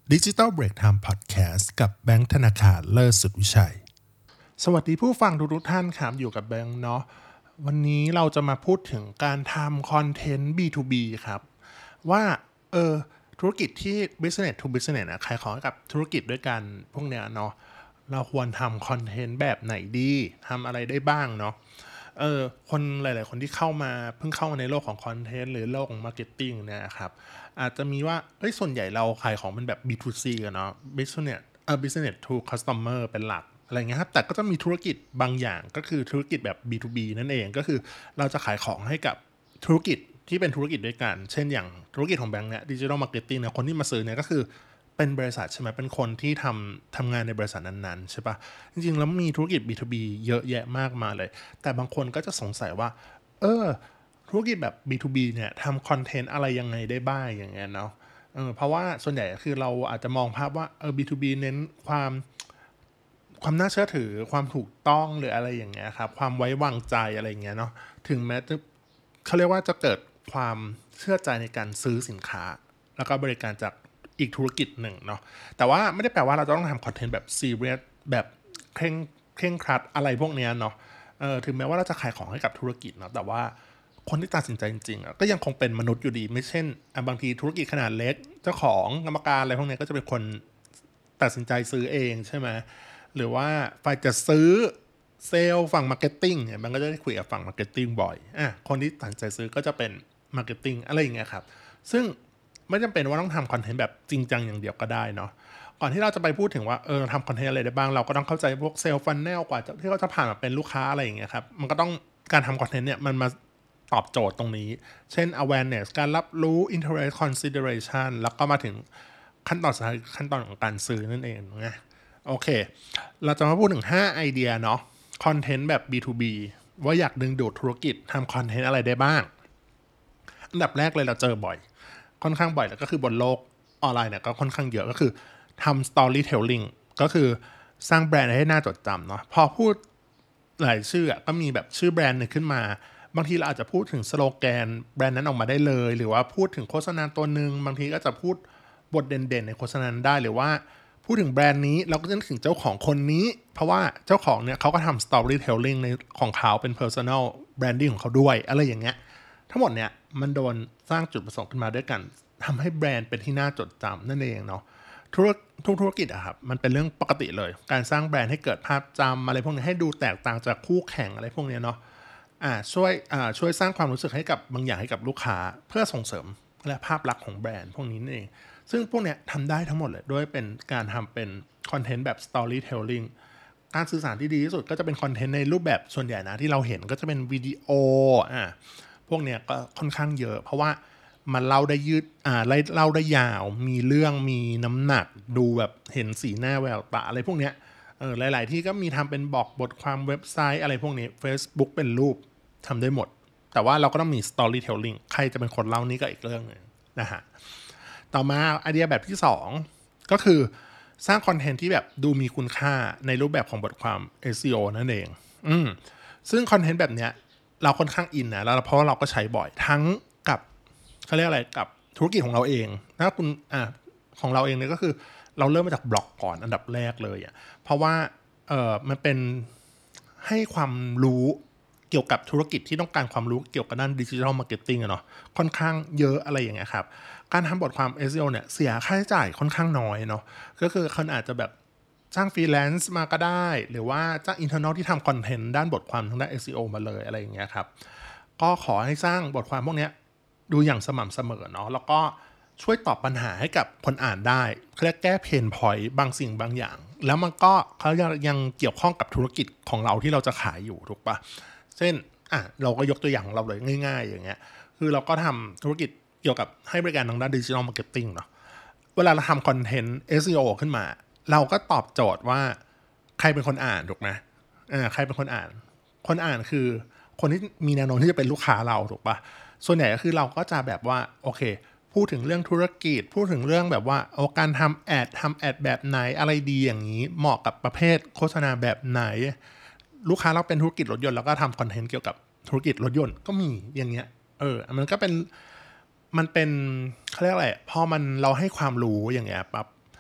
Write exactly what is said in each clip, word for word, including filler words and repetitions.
Digital Break Time Podcast กับแบงค์ธนาคารเลิศสุดวิชัยสวัสดีผู้ฟังทุกท่านครับอยู่กับแบงค์เนาะวันนี้เราจะมาพูดถึงการทำคอนเทนต์ บี ทู บี ครับว่าเออธุรกิจที่ business to business นะขายของกับธุรกิจด้วยกันพวกเนี้ยเนาะเราควรทำคอนเทนต์แบบไหนดีทำอะไรได้บ้างเนาะเออคนหลายๆคนที่เข้ามาเพิ่งเข้ามาในโลกของคอนเทนต์หรือโลกของมาร์เก็ตติ้งเนี่ยครับอาจจะมีว่าเอ้ยส่วนใหญ่เราขายของเป็นแบบ บี ทู ซี กันเนาะ business เอ่อ business to customer เป็นหลักอะไรเงี้ยครับแต่ก็จะมีธุรกิจบางอย่างก็คือธุรกิจแบบ บี ทู บี นั่นเองก็คือเราจะขายของให้กับธุรกิจที่เป็นธุรกิจด้วยกันเช่นอย่างธุรกิจของแบงค์เนี่ย digital marketing เนี่ยคนที่มาซื้อเนี่ยก็คือเป็นบริษัทใช่ไหมเป็นคนที่ทำทำงานในบริษัทนั้นๆใช่ปะจริงๆแล้วมีธุรกิจ บี ทู บี เยอะแยะมากมายเลยแต่บางคนก็จะสงสัยว่าเออธุรกิจแบบ บี ทู บี เนี่ยทำคอนเทนต์อะไรยังไงได้บ้างอย่างเงี้ยเนาะเออเพราะว่าส่วนใหญ่คือเราอาจจะมองภาพว่าเออ บี ทู บี เน้นความความน่าเชื่อถือความถูกต้องหรืออะไรอย่างเงี้ยครับความไว้วางใจอะไรอย่างเงี้ยเนาะถึงแม้จะเขาเรียกว่าจะเกิดความเชื่อใจในการซื้อสินค้าแล้วก็บริการจากอีกธุรกิจหนึ่งเนาะแต่ว่าไม่ได้แปลว่าเราจะต้องทำคอนเทนต์แบบซีเรียสแบบเคร่งเคร่งครัดอะไรพวกเนี้ยเนาะเออถึงแม้ว่าเราจะขายของให้กับธุรกิจเนาะแต่ว่าคนที่ตัดสินใจจริงๆอ่ะก็ยังคงเป็นมนุษย์อยู่ดีไม่เช่นบางทีธุรกิจขนาดเล็กเจ้าของกรรมการอะไรพวกนี้ก็จะเป็นคนตัดสินใจซื้อเองใช่ไหมหรือว่าฝ่ายจะซื้อเซลล์ฝั่งมาร์เก็ตติ้งเนี่ยมันก็จะได้คุยกับฝั่งมาร์เก็ตติ้งบ่อยอ่ะคนที่ตัดสินใจซื้อก็จะเป็นมาร์เก็ตติ้งอะไรอย่างเงี้ยครับซึ่งไม่จำเป็นว่าต้องทำคอนเทนต์แบบจริงจังอย่างเดียวก็ได้เนาะก่อนที่เราจะไปพูดถึงว่าเออทำคอนเทนต์อะไรได้บ้างเราก็ต้องเข้าใจพวกเซลล์ฟันแนลกว่าที่เขาจะผ่านมาเป็นลูกค้าอะไรอย่างเงี้ยครับมันก็ต้องการทำคอนเทนต์เนี่ยมันมาตอบโจทย์ตรงนี้เช่น awareness การรับรู้ interest consideration แล้วก็มาถึงขั้นตอนสุดท้ายขั้นตอนของการซื้อนั่นเองนะโอเคเราจะมาพูดถึงห้าไอเดียเนาะคอนเทนต์แบบ บี ทู บี ว่าอยากดึงดูดธุรกิจทำคอนเทนต์อะไรได้บ้างอันดับแรกเลยเราเจอบ่อยค่อนข้างบ่อยแล้วก็คือบนโลกออนไลน์เนี่ยก็ค่อนข้างเยอะก็คือทำ storytelling ก็คือสร้างแบรนด์ให้น่าจดจำเนาะพอพูดหลายชื่อก็มีแบบชื่อแบรนด์หนึ่งขึ้นมาบางทีเราอาจจะพูดถึงสโลแกนแบรนด์นั้นออกมาได้เลยหรือว่าพูดถึงโฆษณาตัวหนึ่งบางทีก็จะพูดบทเด่นๆในโฆษณาได้หรือว่าพูดถึงแบรนด์นี้เราก็จะนึกถึงเจ้าของคนนี้เพราะว่าเจ้าของเนี่ยเขาก็ทำ storytelling ในของเขาเป็น personal branding ของเขาด้วยอะไรอย่างเงี้ยทั้งหมดเนี่ยมันโดนสร้างจุดประสงค์ขึ้นมาด้วยกันทำให้แบรนด์เป็นที่น่าจดจำนั่นเองเนาะธุรทุกธุรกิจอะครับมันเป็นเรื่องปกติเลยการสร้างแบรนด์ให้เกิดภาพจำอะไรพวกนี้ให้ดูแตกต่างจากคู่แข่งอะไรพวกนี้เนาะอ่าช่วยอ่าช่วยสร้างความรู้สึกให้กับบางอย่างให้กับลูกค้าเพื่อส่งเสริมและภาพลักษณ์ของแบรนด์พวกนี้นั่นเองซึ่งพวกเนี้ยทำได้ทั้งหมดเลยด้วยเป็นการทำเป็นคอนเทนต์แบบ storytelling การสื่อสารที่ดีที่สุดก็จะเป็นคอนเทนต์ในรูปแบบส่วนใหญ่นะที่เราเห็นก็จะเป็นวิดีโออ่าพวกเนี้ยก็ค่อนข้างเยอะเพราะว่ามันเล่าได้ยืดอ่าเล่าได้ยาวมีเรื่องมีน้ำหนักดูแบบเห็นสีหน้าแววตาอะไรพวกเนี้ยเออหลายๆที่ก็มีทำเป็นบอกบทความเว็บไซต์อะไรพวกนี้ Facebook เป็นรูปทำได้หมดแต่ว่าเราก็ต้องมี storytelling ใครจะเป็นคนเล่านี่ก็อีกเรื่องนึงนะฮะต่อมาไอเดียแบบที่สองก็คือสร้างคอนเทนต์ที่แบบดูมีคุณค่าในรูปแบบของบทความ เอส อี โอ นั่นเองอืมซึ่งคอนเทนต์แบบเนี้ยเราค่อนข้างอินนะแล้วเพราะว่าเราก็ใช้บ่อยทั้งกับเขาเรียกอะไรกับธุรกิจของเราเองถ้าคุณอ่ะของเราเองเนี่ยก็คือเราเริ่มมาจากบล็อกก่อนอันดับแรกเลยอ่ะเพราะว่าเออมันเป็นให้ความรู้เกี่ยวกับธุรกิจที่ต้องการความรู้เกี่ยวกับด้านดิจิทัลมาร์เก็ตติ้งอะเนาะค่อนข้างเยอะอะไรอย่างเงี้ยครับการทำบทความ เอส อี โอ เนี่ยเสียค่าใช้จ่ายค่อนข้างน้อยเนาะก็คือคนอาจจะแบบจ้างฟรีแลนซ์มาก็ได้หรือว่าจ้างอินเทอร์เน็ตที่ทำคอนเทนต์ด้านบทความทางด้าน เอส อี โอ มาเลยอะไรอย่างเงี้ยครับก็ขอให้สร้างบทความพวกนี้ดูอย่างสม่ำเสมอเนาะแล้วก็ช่วยตอบปัญหาให้กับคนอ่านได้เรียกแก้เพนพอยต์บางสิ่งบางอย่างแล้วมันก็เขายังเกี่ยวข้องกับธุรกิจของเราที่เราจะขายอยู่ถูกปะเช่นอ่ะเราก็ยกตัวอย่างของเราเลยง่ายๆอย่างเงี้ยคือเราก็ทำธุรกิจเกี่ยวกับให้บริการทางด้านดิจิทัลมาร์เก็ตติ้งเนาะเวลาเราทำคอนเทนต์ เอส อี โอ ขึ้นมาเราก็ตอบโจทย์ว่าใครเป็นคนอ่านถูกไหมอ่าใครเป็นคนอ่านคนอ่านคือคนที่มีแนวโน้มที่จะเป็นลูกค้าเราถูกปะส่วนใหญ่ก็คือเราก็จะแบบว่าโอเคพูดถึงเรื่องธุรกิจพูดถึงเรื่องแบบว่าโอ้การทำแอดทำแอดแบบไหนอะไรดีอย่างนี้เหมาะกับประเภทโฆษณาแบบไหนลูกค้าเราเป็นธุรกิจรถยนต์แล้วก็ทำคอนเทนต์เกี่ยวกับธุรกิจรถยนต์ก็มีอย่างเงี้ยเออมันก็เป็นมันเป็นเขาเรียกอะไรพอมันเราให้ความรู้อย่างเงี้ยปั๊บ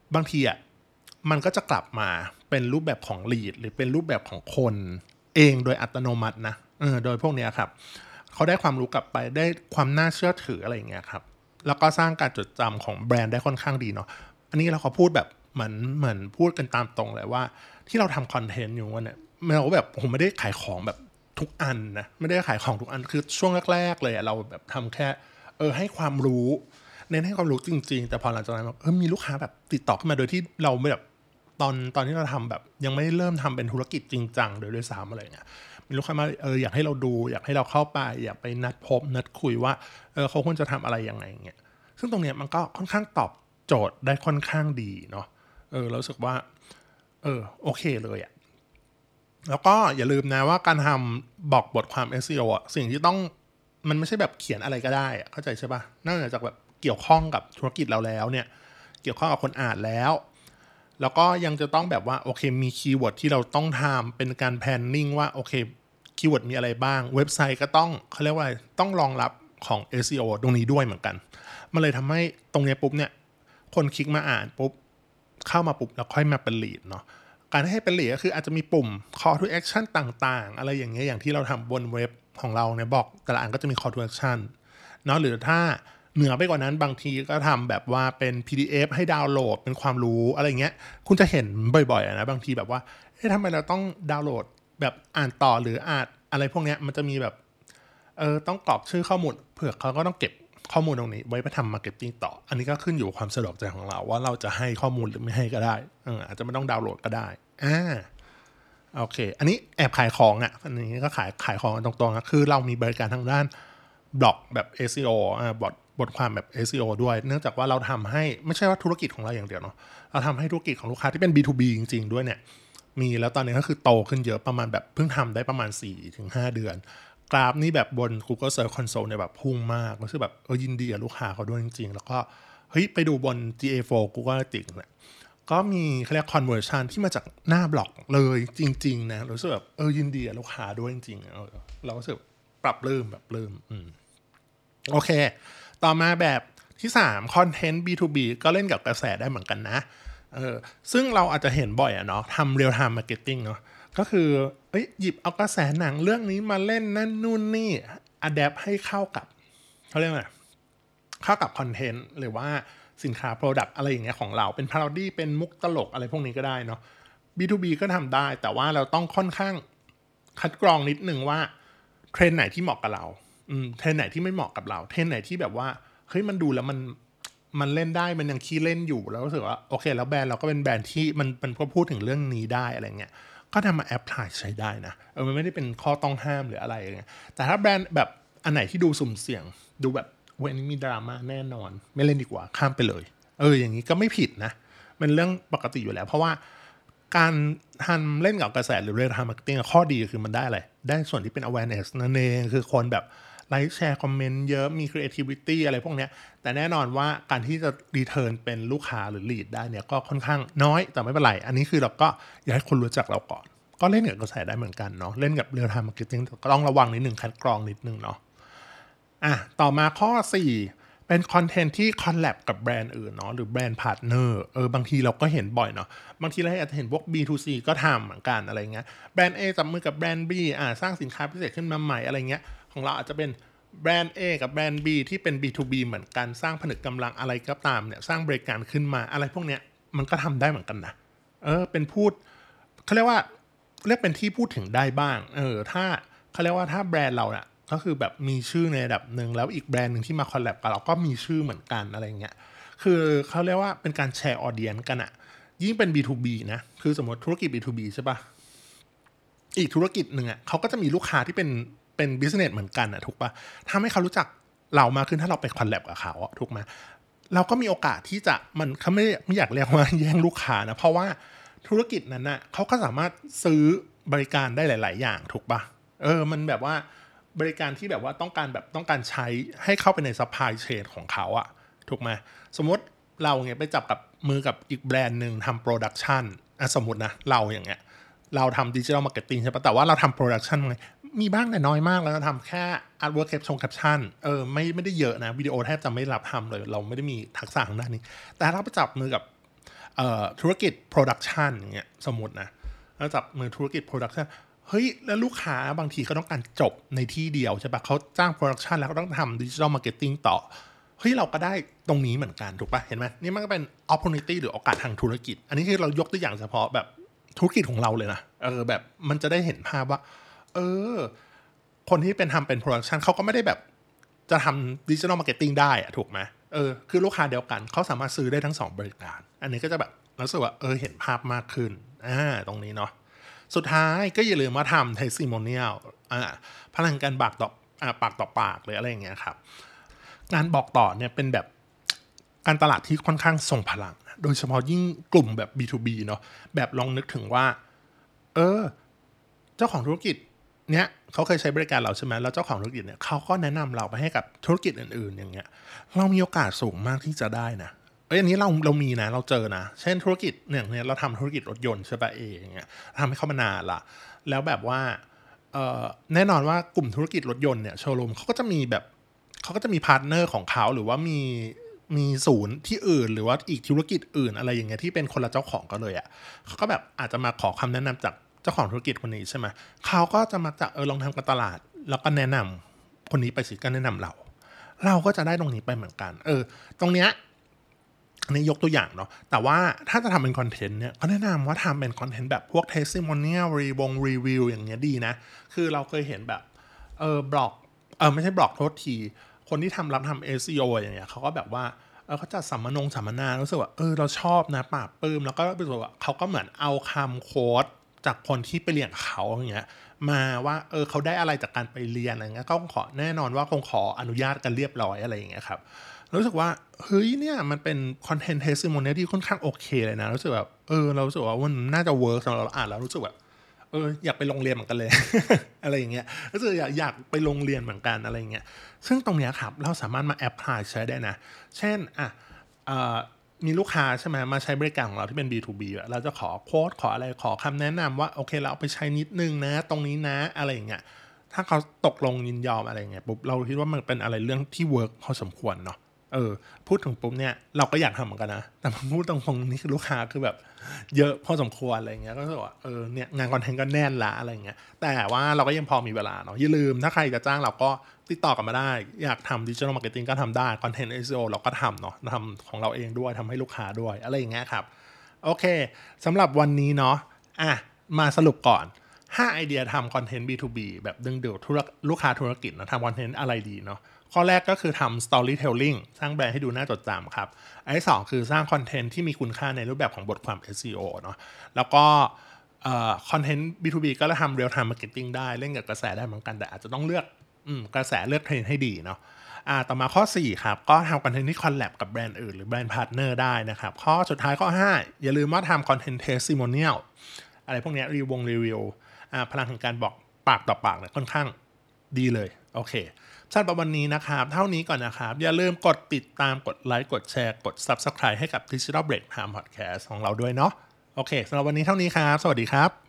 บางทีอ่ะมันก็จะกลับมาเป็นรูปแบบของ lead หรือเป็นรูปแบบของคนเองโดยอัตโนมัตินะเออโดยพวกเนี้ยครับเขาได้ความรู้กลับไปได้ความน่าเชื่อถืออะไรอย่างเงี้ยครับแล้วก็สร้างการจดจำของแบรนด์ได้ค่อนข้างดีเนาะอันนี้เราขอพูดแบบเหมือนเหมือนพูดกันตามตรงเลยว่าที่เราทำคอนเทนต์อยู่วันเนี่ยเราแบบผมไม่ได้ขายของแบบทุกอันนะไม่ได้ขายของทุกอันคือช่วงแรกๆเลยเราแบบทำแค่เออให้ความรู้เน้นให้ความรู้จริงๆแต่พอหลังจากนั้นเออมีลูกค้าแบบติดต่อขึ้นมาโดยที่เราไม่แบบตอนตอนที่เราทำแบบยังไม่เริ่มทำเป็นธุรกิจจริงจังโดยด้วยซ้ำอะไรเงี้ยมีลูกค้ามาเอออยากให้เราดูอยากให้เราเข้าไปอยากไปนัดพบนัดคุยว่าเออเขาควรจะทำอะไรยังไงเงี้ยซึ่งตรงเนี้ยมันก็ค่อนข้างตอบโจทย์ได้ค่อนข้างดีเนาะเออเราสึกว่าเออโอเคเลยอะแล้วก็อย่าลืมนะว่าการทำบอกบทความ เอส อี โอ อ่ะสิ่งที่ต้องมันไม่ใช่แบบเขียนอะไรก็ได้อะเข้าใจใช่ปะนอกจากแบบเกี่ยวข้องกับธุรกิจเราแล้วเนี่ยเกี่ยวข้องกับคนอ่านแล้วแล้วก็ยังจะต้องแบบว่าโอเคมีคีย์เวิร์ดที่เราต้องทำเป็นการแพลนนิ่งว่าโอเคคีย์เวิร์ดมีอะไรบ้างเว็บไซต์ก็ต้องเขาเรียกว่าต้องรองรับของ เอส อี โอ ตรงนี้ด้วยเหมือนกันมันเลยทำให้ตรงนี้ปุ๊บเนี่ยคนคลิกมาอ่านปุ๊บเข้ามาปุ๊บแล้วค่อยมาเป็นลีดเนาะการให้เป็นลีดก็คืออาจจะมีปุ่ม call to action ต่างๆอะไรอย่างเงี้ยอย่างที่เราทำบนเว็บของเราเนี่ยบอกแต่ละอันก็จะมี call to action เนาะหรือถ้าเหนือไปกว่านั้นบางทีก็ทำแบบว่าเป็น พี ดี เอฟ ให้ดาวน์โหลดเป็นความรู้อะไรเงี้ยคุณจะเห็นบ่อยๆนะบางทีแบบว่าเฮ้ยทำไมเราต้องดาวน์โหลดแบบอ่านต่อหรืออ่านอะไรพวกเนี้ยมันจะมีแบบเออต้องกรอกชื่อข้อมูลเผื่อเขาก็ต้องเก็บข้อมูลตรงนี้ไว้ไปทำมาร์เก็ตติ้งต่ออันนี้ก็ขึ้นอยู่กับความสะดวกใจของเราว่าเราจะให้ข้อมูลหรือไม่ให้ก็ได้เอออาจจะไม่ต้องดาวน์โหลดก็ได้อ่าโอเคอันนี้แอบขายของอ่ะอันนี้ก็ขายขายของตรงๆนะคือเรามีบริการทางด้านบล็อกแบบ เอส อี โอ อ่าบทบทความแบบ เอส อี โอ ด้วยเนื่องจากว่าเราทำให้ไม่ใช่ว่าธุรกิจของเราอย่างเดียวเนาะเราทำให้ธุรกิจของลูกค้าที่เป็น บี ทู บี จริงๆด้วยเนี่ยมีแล้วตอนนี้ก็คือโตขึ้นเยอะประมาณแบบเพิ่งทำได้ประมาณ สี่ถึงห้า เดือนกราฟนี่แบบบน Google Search Console เนี่ยแบบพุ่งมากก็คือแบบเออยินดีกับลูกค้าเขาด้วยจริงๆแล้วก็เฮ้ยไปดูบน จี เอ โฟร์ Google Analytics เนี่ยก็มีเขาเรียก conversion ที่มาจากหน้าบล็อกเลยจริงๆนะรู้สึกแบบเออยินดีกับลูกค้าด้วยจริงๆเออเราก็รู้สึกปรับเริ่มแบบเริ่มอืมโอเคต่อมาแบบที่สาม content บี ทู บี ก็เล่นกับกระแสได้เหมือนกันนะเออซึ่งเราอาจจะเห็นบ่อยอะเนาะทำ real time marketing เนาะก็คือเอ้ยหยิบเอากระแสหนังเรื่องนี้มาเล่นนั่นนู่นนี่ adapt ให้เข้ากับเขาเรียกว่าเข้ากับคอนเทนต์หรือว่าสินค้า product อะไรอย่างเงี้ยของเราเป็น parody เป็นมุกตลกอะไรพวกนี้ก็ได้เนาะ บี ทู บี ก็ทำได้แต่ว่าเราต้องค่อนข้างคัดกรองนิดนึงว่าเทรนไหนที่เหมาะกับเราอืมเทรนไหนที่ไม่เหมาะกับเราเทรนไหนที่แบบว่าเฮ้ยมันดูแล้วมันมันเล่นได้มันยังขี้เล่นอยู่แล้วรู้สึกว่าโอเคแล้วแบรนด์เราก็เป็นแบรนด์ที่มันมันก็พูดถึงเรื่องนี้ได้อะไรเงี้ยก็ทำมาแอปพลายใช้ได้นะเออมันไม่ได้เป็นข้อต้องห้ามหรืออะไรเงี้ยแต่ถ้าแบรนด์แบบอันไหนที่ดูสุ่มเสี่ยงดูแบบเว้ยนี้มีดราม่าแน่นอนไม่เล่นดีกว่าข้ามไปเลยเอออย่างนี้ก็ไม่ผิดนะเป็นเรื่องปกติอยู่แล้วเพราะว่าการทำเล่นกับกระแสหรือเรื่องทำมาร์เก็ตติ้งข้อดีคือมันได้อะไรได้ส่วนที่เป็น awareness นั่นเองคือคนแบบไลค์แชร์คอมเมนต์เยอะมี creativity อะไรพวกเนี้ยแต่แน่นอนว่าการที่จะ return เป็นลูกค้าหรือ lead ได้เนี่ยก็ค่อนข้างน้อยแต่ไม่เป็นไรอันนี้คือเราก็อยากให้คนรู้จักเราก่อนก็เล่นกับกระแสได้เหมือนกันเนาะเล่นกับเรื่องทำมาร์เก็ตติ้งก็ต้องระวังนิดนึงคัดกรองนิดนึงเนาะอ่ะต่อมาข้อสี่เป็นคอนเทนต์ที่คอลแลบกับแบรนด์อื่นเนาะหรือแบรนด์พาร์ทเนอร์เออบางทีเราก็เห็นบ่อยเนาะบางทีเราอาจจะเห็นพวก บี ทู ซี ก็ทำเหมือนกันอะไรเงี้ยแบรนด์ A จับมือกับแบรนด์ B อ่าสร้างสินค้าพิเศษขึ้นมาใหม่อะไรเงี้ยของเราอาจจะเป็นแบรนด์ A กับแบรนด์ B ที่เป็น บี ทู บี เหมือนกันสร้างผนึกกำลังอะไรก็ตามเนี่ยสร้างบริการขึ้นมาอะไรพวกเนี้ยมันก็ทำได้เหมือนกันนะเออเป็นพูดเขาเรียกว่าเรียกเป็นที่พูดถึงได้บ้างเออถ้าเขาเรียกว่าถ้าแบรนด์เราเนี่ยก็คือแบบมีชื่อในระดับหนึ่งแล้วอีกแบรนด์หนึ่งที่มาคอลแลบกับเราก็มีชื่อเหมือนกันอะไรเงี้ยคือเขาเรียกว่าเป็นการแชร์ออเดียนกันอะยิ่งเป็น บี ทู บี นะคือสมมติธุรกิจ บี ทู บี ใช่ปะอีกธุรกิจหนึ่งอะเขาก็จะมีลูกค้าที่เป็นเป็นบิสเนสเหมือนกันอะถูกปะทำให้เขารู้จักเรามากขึ้นถ้าเราไปคอลแลบกับเขาอะถูกไหมเราก็มีโอกาสที่จะมันเขาไม่ไม่อยากเรียกว่าแย่งลูกค้านะเพราะว่าธุรกิจนั้นนะเขาก็สามารถซื้อบริการได้หลายๆอย่างถูกปะเออมันแบบว่าบริการที่แบบว่าต้องการแบบต้องการใช้ให้เข้าไปในซัพพลายเชนของเขาอะถูกไหมสมมติเราเนี่ยไปจับกับมือกับอีกแบรนด์หนึ่งทำโปรดักชันอ่ะสมมตินะเราอย่างเงี้ยเราทำดิจิทัลมาร์เก็ตติ้งใช่ปะแต่ว่าเราทำโปรดักชันไงมีบ้างแต่น้อยมากแล้วเราทำแค่อาร์ตเวิร์กแคปชั่นแคปชั่นเออไม่ไม่ได้เยอะนะวิดีโอแทบจะไม่รับทำเลยเราไม่ได้มีทักษะทางด้านนี้แต่ถ้าไปจับมือกับเอ่อธุรกิจโปรดักชันอย่างเงี้ยสมมตินะแล้วจับมือธุรกิจโปรดักชันเฮ้ยแล้วลูกค้าบางทีเขาต้องการจบในที่เดียวใช่ปะเขาจ้างโปรดักชันแล้วเขาต้องทำดิจิทัลมาร์เก็ตติ้งต่อเฮ้ยเราก็ได้ตรงนี้เหมือนกันถูกปะเห็นไหมนี่มันก็เป็น opportunity หรือโอกาสทางธุรกิจอันนี้คือเรายกตัวอย่างเฉพาะแบบธุรกิจของเราเลยนะเออแบบมันจะได้เห็นภาพว่าเออคนที่เป็นทำเป็นโปรดักชันเขาก็ไม่ได้แบบจะทำดิจิทัลมาร์เก็ตติ้งได้อะถูกไหมเออคือลูกค้าเดียวกันเขาสามารถซื้อได้ทั้งสองบริการอันนี้ก็จะแบบรู้สึกว่าเออเห็นภาพมากขึ้นอ่าตรงนี้เนาะสุดท้ายก็อย่าลืมมาทำ testimonial อ่าพลังการปากต่ออ่าปากต่อปากเลยอะไรอย่างเงี้ยครับการบอกต่อเนี่ยเป็นแบบการตลาดที่ค่อนข้างทรงพลังโดยเฉพาะยิ่งกลุ่มแบบ บี ทู บี เนาะแบบลองนึกถึงว่าเออเจ้าของธุรกิจเนี้ยเขาเคยใช้บริการเราใช่ไหมแล้วเจ้าของธุรกิจเนี่ยเขาก็แนะนำเราไปให้กับธุรกิจอื่นๆอย่างเงี้ยเรามีโอกาสสูงมากที่จะได้นะเอ้ยอันนี้เราเรามีนะเราเจอนะเช่นธุรกิจเนี่ยเนี่ยเราทำธุรกิจรถยนต์ใช่ปะเองอย่างเงี้ยทำให้เขามานานละแล้วแบบว่าเอ่อแน่นอนว่ากลุ่มธุรกิจรถยนต์เนี่ยโชว์รูมเขาก็จะมีแบบเขาก็จะมีพาร์ทเนอร์ของเขาหรือว่ามีมีศูนย์ที่อื่นหรือว่าอีกธุรกิจอื่นอะไรอย่างเงี้ยที่เป็นคนละเจ้าของกันเลยอ่ะเขาก็แบบอาจจะมาขอคำแนะนำจากเจ้าของธุรกิจคนนี้ใช่ไหมเขาก็จะมาจากเออลองทำการตลาดแล้วก็แนะนำคนนี้ไปสิก็แนะนำเราเราก็จะได้ตรงนี้ไปเหมือนกันเออตรงเนี้ยอันนี้ยกตัวอย่างเนาะแต่ว่าถ้าจะทำเป็นคอนเทนต์เนี่ยก็แนะนำว่าทำเป็นคอนเทนต์แบบพวก testimonial รีวงรีวิวอย่างเงี้ยดีนะคือเราเคยเห็นแบบเออบล็อกเออไม่ใช่บล็อกโทษทีคนที่ทำรับทำ เอส อี โอ อย่างเงี้ยเขาก็แบบว่าเออเขาจัดสัมมนงสัมมนารู้สึกว่าเออเราชอบนะปราบปลื้มแล้วก็รู้สึกว่าเขาก็เหมือนเอาคำโค้ดจากคนที่ไปเรียนเขาอย่างเงี้ยมาว่าเออเขาได้อะไรจากการไปเรียนอะไรเงี้ยก็ขอแน่นอนว่าคงขออนุญาตกันเรียบร้อยอะไรอย่างเงี้ยครับรู้สึกว่าเฮ้ยเนี่ยมันเป็นคอนเทนต์เทสติโมเนียลที่ค่อนข้างโอเคเลยนะรู้สึกแบบเออเรารู้สึกว่ามันน่าจะเวิร์กสำหรับเราอ่านแล้วรู้สึกแบบเอออยากไปโรงเรียนเหมือนกันเลย อะไรอย่างเงี้ยรู้สึกอยากอยากไปโรงเรียนเหมือนกันอะไรอย่างเงี้ยซึ่งตรงเนี้ยครับเราสามารถมาแอพพลายใช้ได้นะเช่นอ่ะเอ่อมีลูกค้าใช่ไหมมาใช้บริการของเราที่เป็น บี ทู บี เราจะขอโค้ดขออะไรขอคำแนะนำว่าโอเคเราเอาไปใช้นิดนึงนะตรงนี้นะอะไรอย่างเงี้ยถ้าเขาตกลงยินยอมอะไรเงี้ยปุ๊บเราคิดว่ามันเป็นอะไรเรื่องที่เวิร์กพอสมควรเนาะเออพูดถึงปุ๊บเนี่ยเราก็อยากทำเหมือนกันนะแต่พูดตรงๆนี่คือลูกค้าคือแบบเยอะพอสมควรอะไรเงี้ยก็รู้สึกว่าเออเนี่ยงานคอนเทนต์ก็แน่นละอะไรเงี้ยแต่ว่าเราก็ยังพอมีเวลาเนาะอย่าลืมถ้าใครจะจ้างเราก็ติดต่อกันมาได้อยากทำดิจิทัลมาร์เก็ตติ้งก็ทำได้คอนเทนต์ เอส อี โอ เราก็ทำเนาะทำของเราเองด้วยทำให้ลูกค้าด้วยอะไรอย่างเงี้ยครับโอเคสำหรับวันนี้เนาะอ่ะมาสรุปก่อนห้าไอเดียทำคอนเทนต์ บี ทู บี แบบดึงดูดลูกค้าธุรกิจนะทำคอนเทนต์อะไรดีเนาะข้อแรกก็คือทำ storytelling สร้างแบรนด์ให้ดูน่าจดจำครับอันที่สองคือสร้างคอนเทนต์ที่มีคุณค่าในรูปแบบของบทความ เอส อี โอ เนาะแล้วก็คอนเทนต์ บี ทู บี ก็จะทำ real time marketing ได้เล่นกับกระแสได้เหมือนกันแต่อาจจะต้องเลือกกระแสเลือกเทรนให้ดีเนาะอ่าต่อมาข้อสี่ครับก็ทำคอนเทนต์ที่คอลแลบกับแบรนด์อื่นหรือแบรนด์พาร์ทเนอร์ได้นะครับข้อสุดท้ายข้อห้าอย่าลืมว่าทำคอนเทนต์ testimonial อะไรพวกนี้รีวงรีวิวพลังแห่งการบอกปากต่อปากเนี่ยค่อนข้างดีเลยโอเคสำหรับวันนี้นะครับเท่านี้ก่อนนะครับอย่าลืมกดติดตามกดไลค์กดแชร์กด Subscribe ให้กับ Digital Break Time Podcast ของเราด้วยเนาะโอเคสำหรับวันนี้เท่านี้ครับสวัสดีครับ